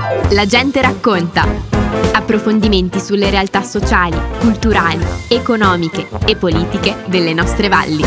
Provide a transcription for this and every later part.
La gente racconta. Approfondimenti sulle realtà sociali, culturali, economiche e politiche delle nostre valli.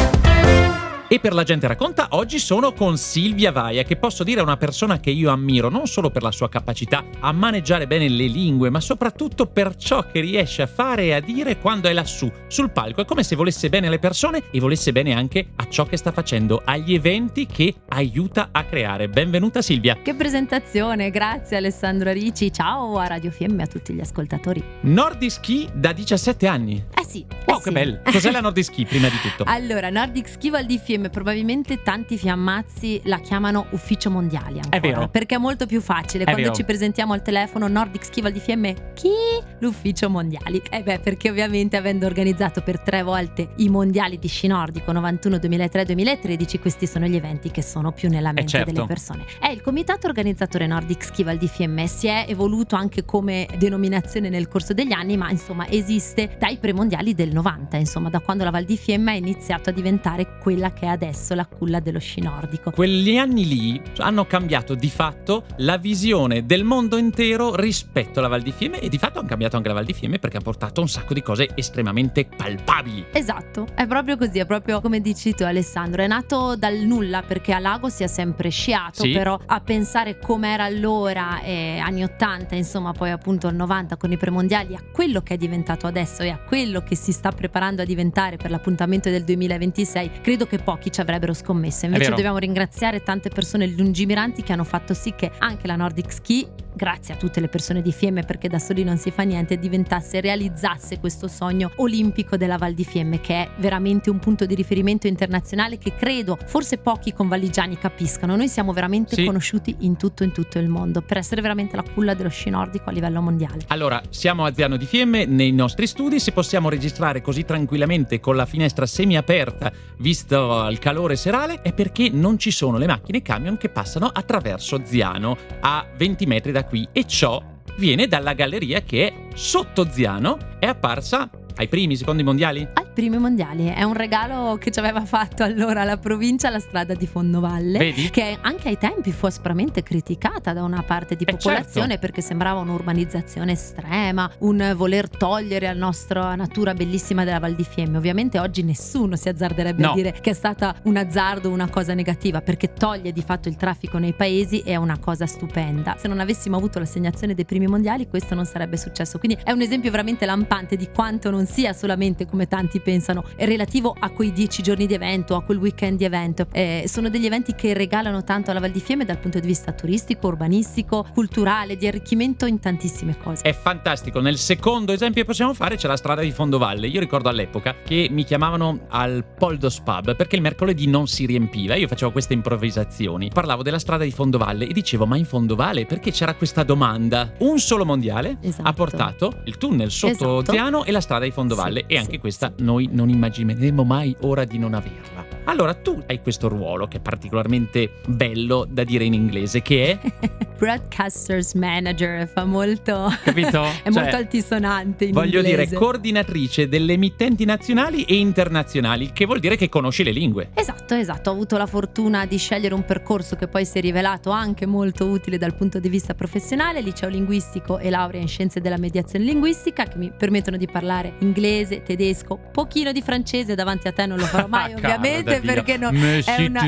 E per La gente racconta oggi sono con Silvia Vaia, che posso dire è una persona che io ammiro non solo per la sua capacità a maneggiare bene le lingue, ma soprattutto per ciò che riesce a fare e a dire quando è lassù, sul palco. È come se volesse bene alle persone e volesse bene anche a ciò che sta facendo, agli eventi che aiuta a creare. Benvenuta Silvia. Che presentazione, grazie Alessandro Ricci. Ciao a Radio Fiemme e a tutti gli ascoltatori. Nordic Ski da 17 anni. Sì. Oh, che bello. Cos'è la Nordic Ski prima di tutto? Allora, Nordic Ski Val di Fiemme, probabilmente tanti fiammazzi la chiamano ufficio mondiale ancora. È vero. Perché è molto più facile. Quando ci presentiamo al telefono Nordic Ski Val di Fiemme, chi? L'ufficio mondiali. Perché ovviamente avendo organizzato per 3 volte i mondiali di sci nordico 91, 2003, 2013, questi sono gli eventi che sono più nella mente delle persone. È il comitato organizzatore Nordic Ski Val di Fiemme, si è evoluto anche come denominazione nel corso degli anni, ma insomma esiste dai premondiali del 90, insomma da quando la Val di Fiemme ha iniziato a diventare quella che è adesso la culla dello sci nordico. Quegli anni lì hanno cambiato di fatto la visione del mondo intero rispetto alla Val di Fiemme, e di fatto hanno cambiato anche la Val di Fiemme perché ha portato un sacco di cose estremamente palpabili. Esatto, è proprio così, è proprio come dici tu Alessandro, è nato dal nulla perché a Lago si è sempre sciato, sì. Però a pensare com'era allora, anni 80, insomma poi appunto al 90 con i premondiali, a quello che è diventato adesso e a quello che si sta preparando a diventare per l'appuntamento del 2026, credo che pochi ci avrebbero scommesso. Invece dobbiamo ringraziare tante persone lungimiranti che hanno fatto sì che anche la Nordic Ski, grazie a tutte le persone di Fiemme, perché da soli non si fa niente, realizzasse questo sogno olimpico della Val di Fiemme, che è veramente un punto di riferimento internazionale che credo forse pochi convalligiani capiscano. Noi siamo veramente conosciuti in tutto il mondo per essere veramente la culla dello sci nordico a livello mondiale. Allora, siamo a Ziano di Fiemme nei nostri studi, se possiamo registrare così tranquillamente con la finestra semiaperta visto il calore serale è perché non ci sono le macchine e camion che passano attraverso Ziano a 20 metri da qui, e ciò viene dalla galleria che è sotto Ziano, è apparsa ai primi, secondi mondiali? Ai primi mondiali, è un regalo che ci aveva fatto allora la provincia, la strada di Fondovalle. Vedi? Che anche ai tempi fu aspramente criticata da una parte di popolazione, perché sembrava un'urbanizzazione estrema, un voler togliere alla nostra natura bellissima della Val di Fiemme. Ovviamente oggi nessuno si azzarderebbe a dire che è stata un azzardo, una cosa negativa, perché toglie di fatto il traffico nei paesi e è una cosa stupenda. Se non avessimo avuto l'assegnazione dei primi mondiali questo non sarebbe successo, quindi è un esempio veramente lampante di quanto non sia solamente, come tanti pensano, relativo a quei 10 giorni di evento, a quel weekend di evento. Sono degli eventi che regalano tanto alla Val di Fiemme dal punto di vista turistico, urbanistico, culturale, di arricchimento in tantissime cose. È fantastico. Nel secondo esempio che possiamo fare c'è la strada di Fondovalle. Io ricordo all'epoca che mi chiamavano al Poldos Pub perché il mercoledì non si riempiva. Io facevo queste improvvisazioni, parlavo della strada di Fondovalle e dicevo: ma in Fondovalle perché c'era questa domanda? Un solo mondiale ha portato il tunnel sotto Ziano e la strada di Fondovalle, e anche questa noi non immagineremo mai ora di non averla. Allora tu hai questo ruolo che è particolarmente bello da dire in inglese, che è Broadcasters Manager. Fa molto, capito? È molto altisonante in voglio inglese. dire coordinatrice delle emittenti nazionali e internazionali, che vuol dire che conosci le lingue. Esatto, ho avuto la fortuna di scegliere un percorso che poi si è rivelato anche molto utile dal punto di vista professionale, liceo linguistico e laurea in scienze della mediazione linguistica, che mi permettono di parlare inglese, tedesco, pochino di francese. Davanti a te non lo farò mai ovviamente, perché no, è una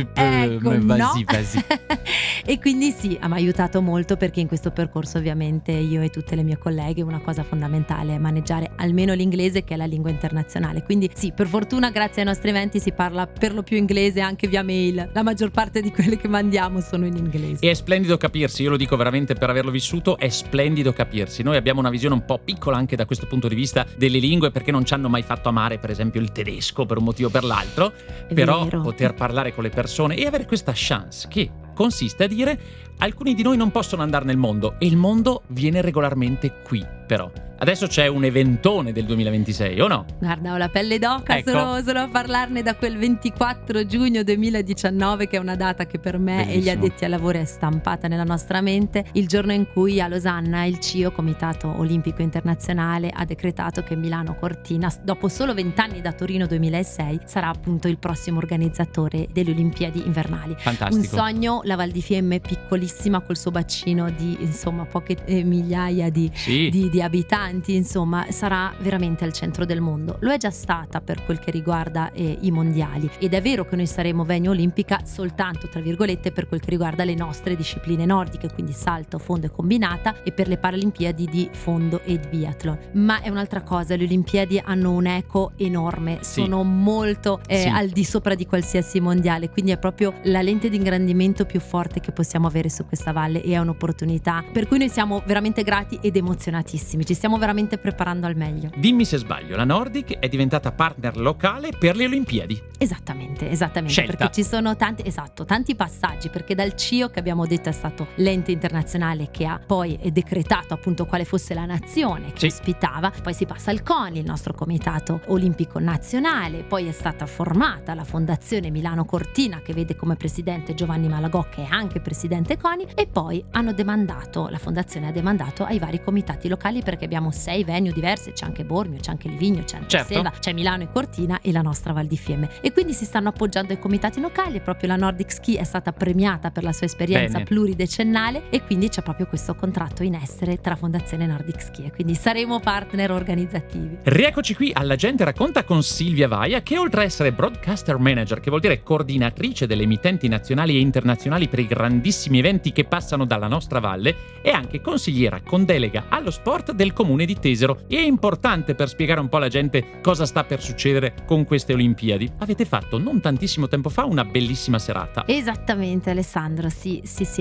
vas-y. E quindi sì, mi ha aiutato molto, perché in questo percorso ovviamente io e tutte le mie colleghe una cosa fondamentale è maneggiare almeno l'inglese, che è la lingua internazionale. Quindi sì, per fortuna grazie ai nostri eventi si parla per lo più inglese anche via mail. La maggior parte di quelle che mandiamo sono in inglese. E è splendido capirsi, io lo dico veramente per averlo vissuto, è splendido capirsi. Noi abbiamo una visione un po' piccola anche da questo punto di vista delle lingue, perché non ci hanno mai fatto amare per esempio il tedesco per un motivo o per l'altro, però poter parlare con le persone e avere questa chance che consiste a dire: alcuni di noi non possono andare nel mondo e il mondo viene regolarmente qui. Però adesso c'è un eventone del 2026, o no? Guarda, ho la pelle d'oca, solo a parlarne da quel 24 giugno 2019, che è una data che per me e gli addetti ai lavori è stampata nella nostra mente, il giorno in cui a Losanna il CIO, Comitato Olimpico Internazionale, ha decretato che Milano Cortina, dopo solo 20 anni da Torino 2006, sarà appunto il prossimo organizzatore delle Olimpiadi invernali. Fantastico. Un sogno la Val di Fiemme piccolissima col suo bacino di insomma poche migliaia di abitanti, insomma sarà veramente al centro del mondo. Lo è già stata per quel che riguarda i mondiali, ed è vero che noi saremo venue olimpica soltanto tra virgolette per quel che riguarda le nostre discipline nordiche, quindi salto, fondo e combinata, e per le Paralimpiadi di fondo e di biathlon. Ma è un'altra cosa, le Olimpiadi hanno un eco enorme, sono molto al di sopra di qualsiasi mondiale, quindi è proprio la lente di ingrandimento più forte che possiamo avere su questa valle, e è un'opportunità per cui noi siamo veramente grati ed emozionatissimi, ci stiamo veramente preparando al meglio. Dimmi se sbaglio, la Nordic è diventata partner locale per le Olimpiadi. Esattamente, Scelta. perché ci sono tanti passaggi, perché dal CIO, che abbiamo detto è stato l'ente internazionale che ha poi decretato appunto quale fosse la nazione che ospitava, poi si passa al CONI, il nostro comitato olimpico nazionale, poi è stata formata la fondazione Milano Cortina che vede come presidente Giovanni Malagò, che è anche presidente CONI, e poi la fondazione ha demandato ai vari comitati locali, perché abbiamo 6 venue diverse, c'è anche Bormio, c'è anche Livigno, c'è anche Selva, c'è Milano e Cortina e la nostra Val di Fiemme, e quindi si stanno appoggiando ai comitati locali, e proprio la Nordic Ski è stata premiata per la sua esperienza pluridecennale, e quindi c'è proprio questo contratto in essere tra Fondazione Nordic Ski, e quindi saremo partner organizzativi. Rieccoci qui alla Gente Racconta con Silvia Vaia, che oltre a essere broadcaster manager, che vuol dire coordinatrice delle emittenti nazionali e internazionali per i grandissimi eventi che passano dalla nostra valle, è anche consigliera con delega allo sport del comune di Tesero. E è importante per spiegare un po' alla gente cosa sta per succedere con queste Olimpiadi. Avete fatto non tantissimo tempo fa una bellissima serata. Esattamente, Alessandro, sì,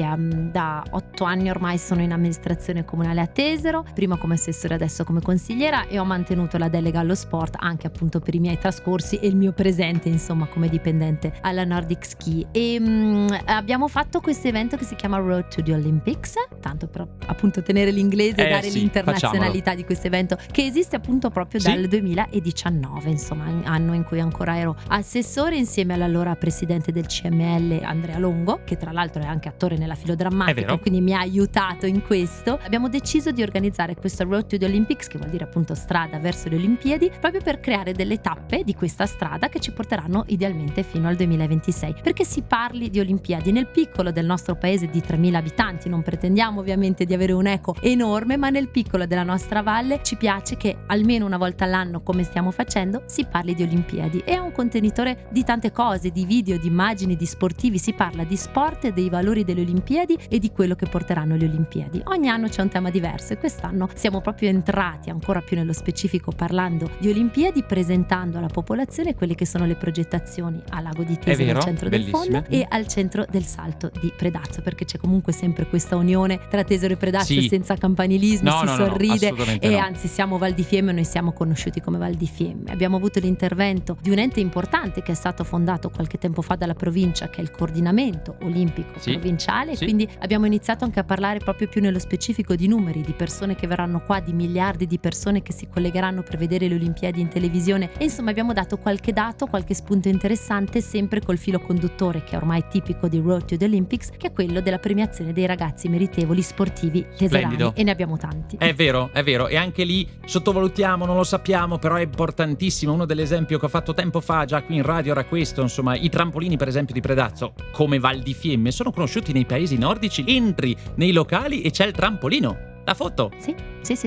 da 8 anni ormai sono in amministrazione comunale a Tesero, prima come assessore, adesso come consigliera, e ho mantenuto la delega allo sport anche appunto per i miei trascorsi e il mio presente insomma come dipendente alla Nordic Ski, e abbiamo fatto questo evento che si chiama Road to the Olympics, tanto per appunto tenere l'inglese e dare l'internazionalità di questo evento, che esiste appunto proprio dal 2019, insomma anno in cui ancora ero assessore, insieme all'allora presidente del CML Andrea Longo, che tra l'altro è anche attore nella filodrammatica, quindi mi ha aiutato in questo. Abbiamo deciso di organizzare questa Road to the Olympics, che vuol dire appunto strada verso le Olimpiadi, proprio per creare delle tappe di questa strada che ci porteranno idealmente fino al 2026, perché si parli di Olimpiadi nel piccolo del nostro paese di 3.000 abitanti. Non pretendiamo ovviamente di avere un eco enorme, ma nel piccolo della nostra valle ci piace che almeno una volta all'anno, come stiamo facendo, si parli di Olimpiadi, e è un contenitore di tante cose, di video, di immagini, di sportivi. Si parla di sport e dei valori delle Olimpiadi e di quello che porteranno le Olimpiadi. Ogni anno c'è un tema diverso, e quest'anno siamo proprio entrati ancora più nello specifico parlando di Olimpiadi, presentando alla popolazione quelle che sono le progettazioni a Lago di Tesero, al centro del fondo, e al centro del salto di Predazzo, perché c'è comunque sempre questa unione tra Tesero e Predazzo, senza campanilismi, si sorride, e anzi siamo Val di Fiemme, noi siamo conosciuti come Val di Fiemme. Abbiamo avuto l'intervento di un ente importante che è stato fondato qualche tempo fa dalla provincia, che è il coordinamento olimpico provinciale, quindi abbiamo iniziato anche a parlare proprio più nello specifico di numeri, di persone che verranno qua, di miliardi di persone che si collegheranno per vedere le Olimpiadi in televisione, e insomma abbiamo dato qualche dato, qualche spunto interessante, sempre col filo conduttore che è ormai tipico di Road to the Olympics, che è quello della premiazione dei ragazzi meritevoli sportivi teserani, e ne abbiamo tanti. È vero, e anche lì sottovalutiamo, non lo sappiamo, però è importantissimo. Uno dell'esempio che ho fatto tempo fa già qui in radio era questo, insomma i trampolini per esempio di Predazzo, come Val di Fiemme, sono conosciuti nei paesi nordici. Entri nei locali e c'è il trampolino, la foto. Sì.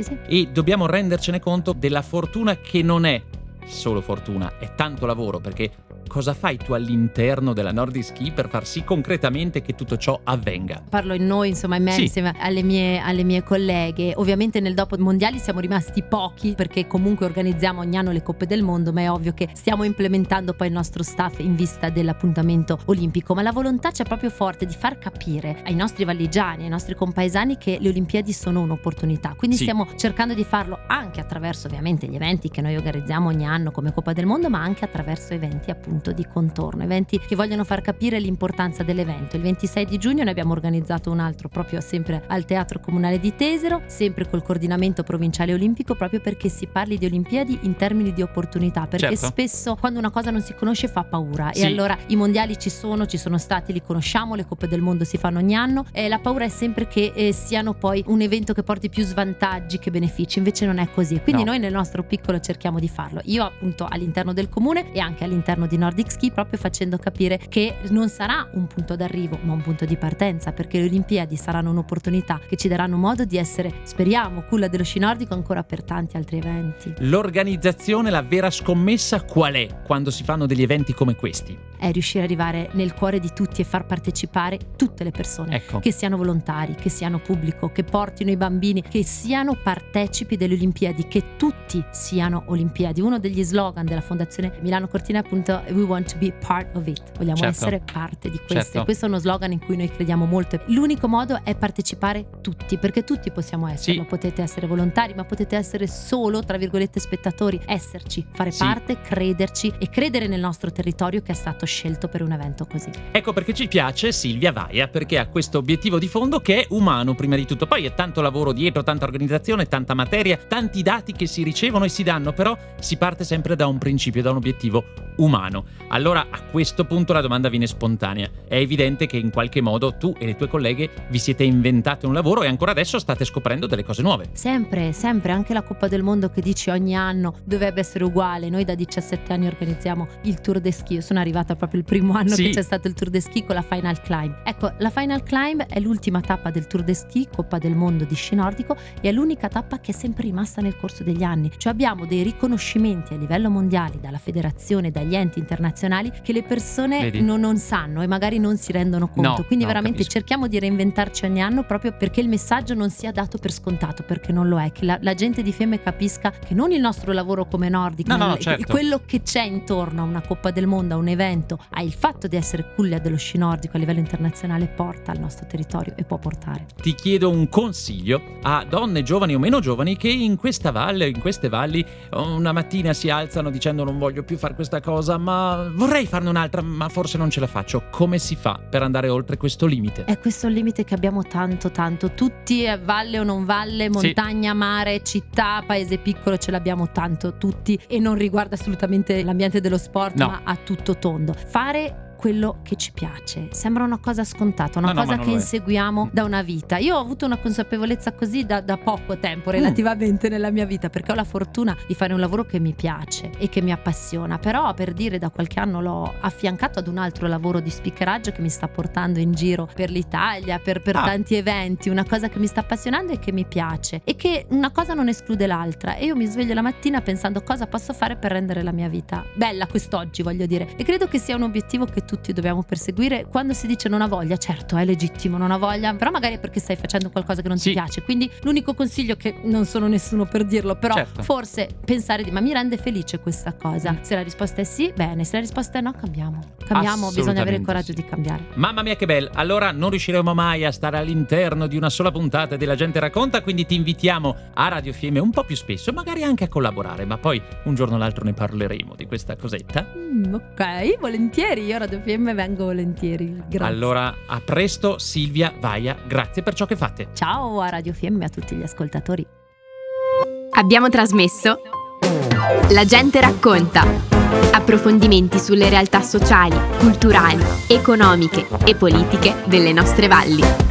E dobbiamo rendercene conto della fortuna, che non è solo fortuna, è tanto lavoro, perché cosa fai tu all'interno della Nordic Ski per far sì concretamente che tutto ciò avvenga? Parlo in noi, insomma, in me, insieme alle mie colleghe. Ovviamente nel dopo mondiali siamo rimasti pochi, perché comunque organizziamo ogni anno le Coppe del Mondo, ma è ovvio che stiamo implementando poi il nostro staff in vista dell'appuntamento olimpico. Ma la volontà c'è proprio forte di far capire ai nostri valligiani, ai nostri compaesani, che le Olimpiadi sono un'opportunità. Quindi stiamo cercando di farlo anche attraverso ovviamente gli eventi che noi organizziamo ogni anno come Coppa del Mondo, ma anche attraverso eventi appunto di contorno, eventi che vogliono far capire l'importanza dell'evento. Il 26 di giugno ne abbiamo organizzato un altro proprio sempre al Teatro Comunale di Tesero, sempre col coordinamento provinciale olimpico, proprio perché si parli di Olimpiadi in termini di opportunità, perché spesso quando una cosa non si conosce fa paura, e allora i mondiali ci sono stati, li conosciamo, le Coppe del Mondo si fanno ogni anno, e la paura è sempre che siano poi un evento che porti più svantaggi che benefici. Invece non è così, quindi noi nel nostro piccolo cerchiamo di farlo. Io appunto all'interno del comune e anche all'interno di Nordic Ski, proprio facendo capire che non sarà un punto d'arrivo ma un punto di partenza, perché le Olimpiadi saranno un'opportunità che ci daranno modo di essere, speriamo, culla dello sci nordico ancora per tanti altri eventi. L'organizzazione, la vera scommessa qual è quando si fanno degli eventi come questi? È riuscire ad arrivare nel cuore di tutti e far partecipare tutte le persone, ecco. Che siano volontari, che siano pubblico, che portino i bambini, che siano partecipi delle Olimpiadi, che tutti siano Olimpiadi. Uno degli slogan della Fondazione Milano Cortina è appunto "We want to be part of it", vogliamo essere parte di questo. Questo è uno slogan in cui noi crediamo molto. L'unico modo è partecipare tutti, perché tutti possiamo esserlo. Potete essere volontari, ma potete essere solo, tra virgolette, spettatori, esserci, fare parte, crederci e credere nel nostro territorio che è stato scelto per un evento così. Ecco perché ci piace Silvia Vaia, perché ha questo obiettivo di fondo che è umano prima di tutto. Poi è tanto lavoro dietro, tanta organizzazione, tanta materia, tanti dati che si ricevono e si danno, però si parte sempre da un principio, da un obiettivo umano. Allora a questo punto la domanda viene spontanea. È evidente che in qualche modo tu e le tue colleghe vi siete inventate un lavoro e ancora adesso state scoprendo delle cose nuove. Sempre, anche la Coppa del Mondo che dici ogni anno dovrebbe essere uguale. Noi da 17 anni organizziamo il Tour de Ski. Io sono arrivata proprio il primo anno che c'è stato il Tour de Ski con la Final Climb. Ecco, la Final Climb è l'ultima tappa del Tour de Ski, Coppa del Mondo di sci nordico, e è l'unica tappa che è sempre rimasta nel corso degli anni. Cioè abbiamo dei riconoscimenti a livello mondiale dalla federazione, dagli enti internazionali che le persone non sanno e magari non si rendono conto. Quindi veramente cerchiamo di reinventarci ogni anno proprio perché il messaggio non sia dato per scontato, perché non lo è, che la gente di Fiemme capisca che non il nostro lavoro come Nordic, quello che c'è intorno a una Coppa del Mondo, a un evento, a il fatto di essere culla dello sci nordico a livello internazionale porta al nostro territorio e può portare. Ti chiedo un consiglio a donne giovani o meno giovani che in questa valle, in queste valli, una mattina si alzano dicendo non voglio più fare questa cosa, ma vorrei farne un'altra, ma forse non ce la faccio. Come si fa per andare oltre questo limite? È questo il limite che abbiamo tanto, tutti, valle o non valle, montagna, mare, città, paese piccolo, ce l'abbiamo tanto tutti, e non riguarda assolutamente l'ambiente dello sport, ma a tutto tondo. Fare quello che ci piace sembra una cosa scontata, una cosa che inseguiamo da una vita. Io ho avuto una consapevolezza così da poco tempo relativamente nella mia vita, perché ho la fortuna di fare un lavoro che mi piace e che mi appassiona. Però, per dire, da qualche anno l'ho affiancato ad un altro lavoro di speakeraggio che mi sta portando in giro per l'Italia, per tanti eventi, una cosa che mi sta appassionando e che mi piace, e che una cosa non esclude l'altra, e io mi sveglio la mattina pensando cosa posso fare per rendere la mia vita bella quest'oggi, voglio dire, e credo che sia un obiettivo che tutti dobbiamo perseguire. Quando si dice non ha voglia, certo è legittimo, non ha voglia, però magari è perché stai facendo qualcosa che non ti piace. Quindi l'unico consiglio, che non sono nessuno per dirlo, però forse pensare ma mi rende felice questa cosa. Se la risposta è sì, bene, se la risposta è no, cambiamo, bisogna avere il coraggio di cambiare. Mamma mia che bello. Allora non riusciremo mai a stare all'interno di una sola puntata della Gente Racconta, quindi ti invitiamo a Radio Fiemme un po' più spesso, magari anche a collaborare, ma poi un giorno o l'altro ne parleremo di questa cosetta. Ok, volentieri, io a Radio Fiemme vengo volentieri. Grazie. Allora, a presto Silvia Vaia, grazie per ciò che fate. Ciao a Radio Fiemme, a tutti gli ascoltatori. Abbiamo trasmesso La Gente Racconta. Approfondimenti sulle realtà sociali, culturali, economiche e politiche delle nostre valli.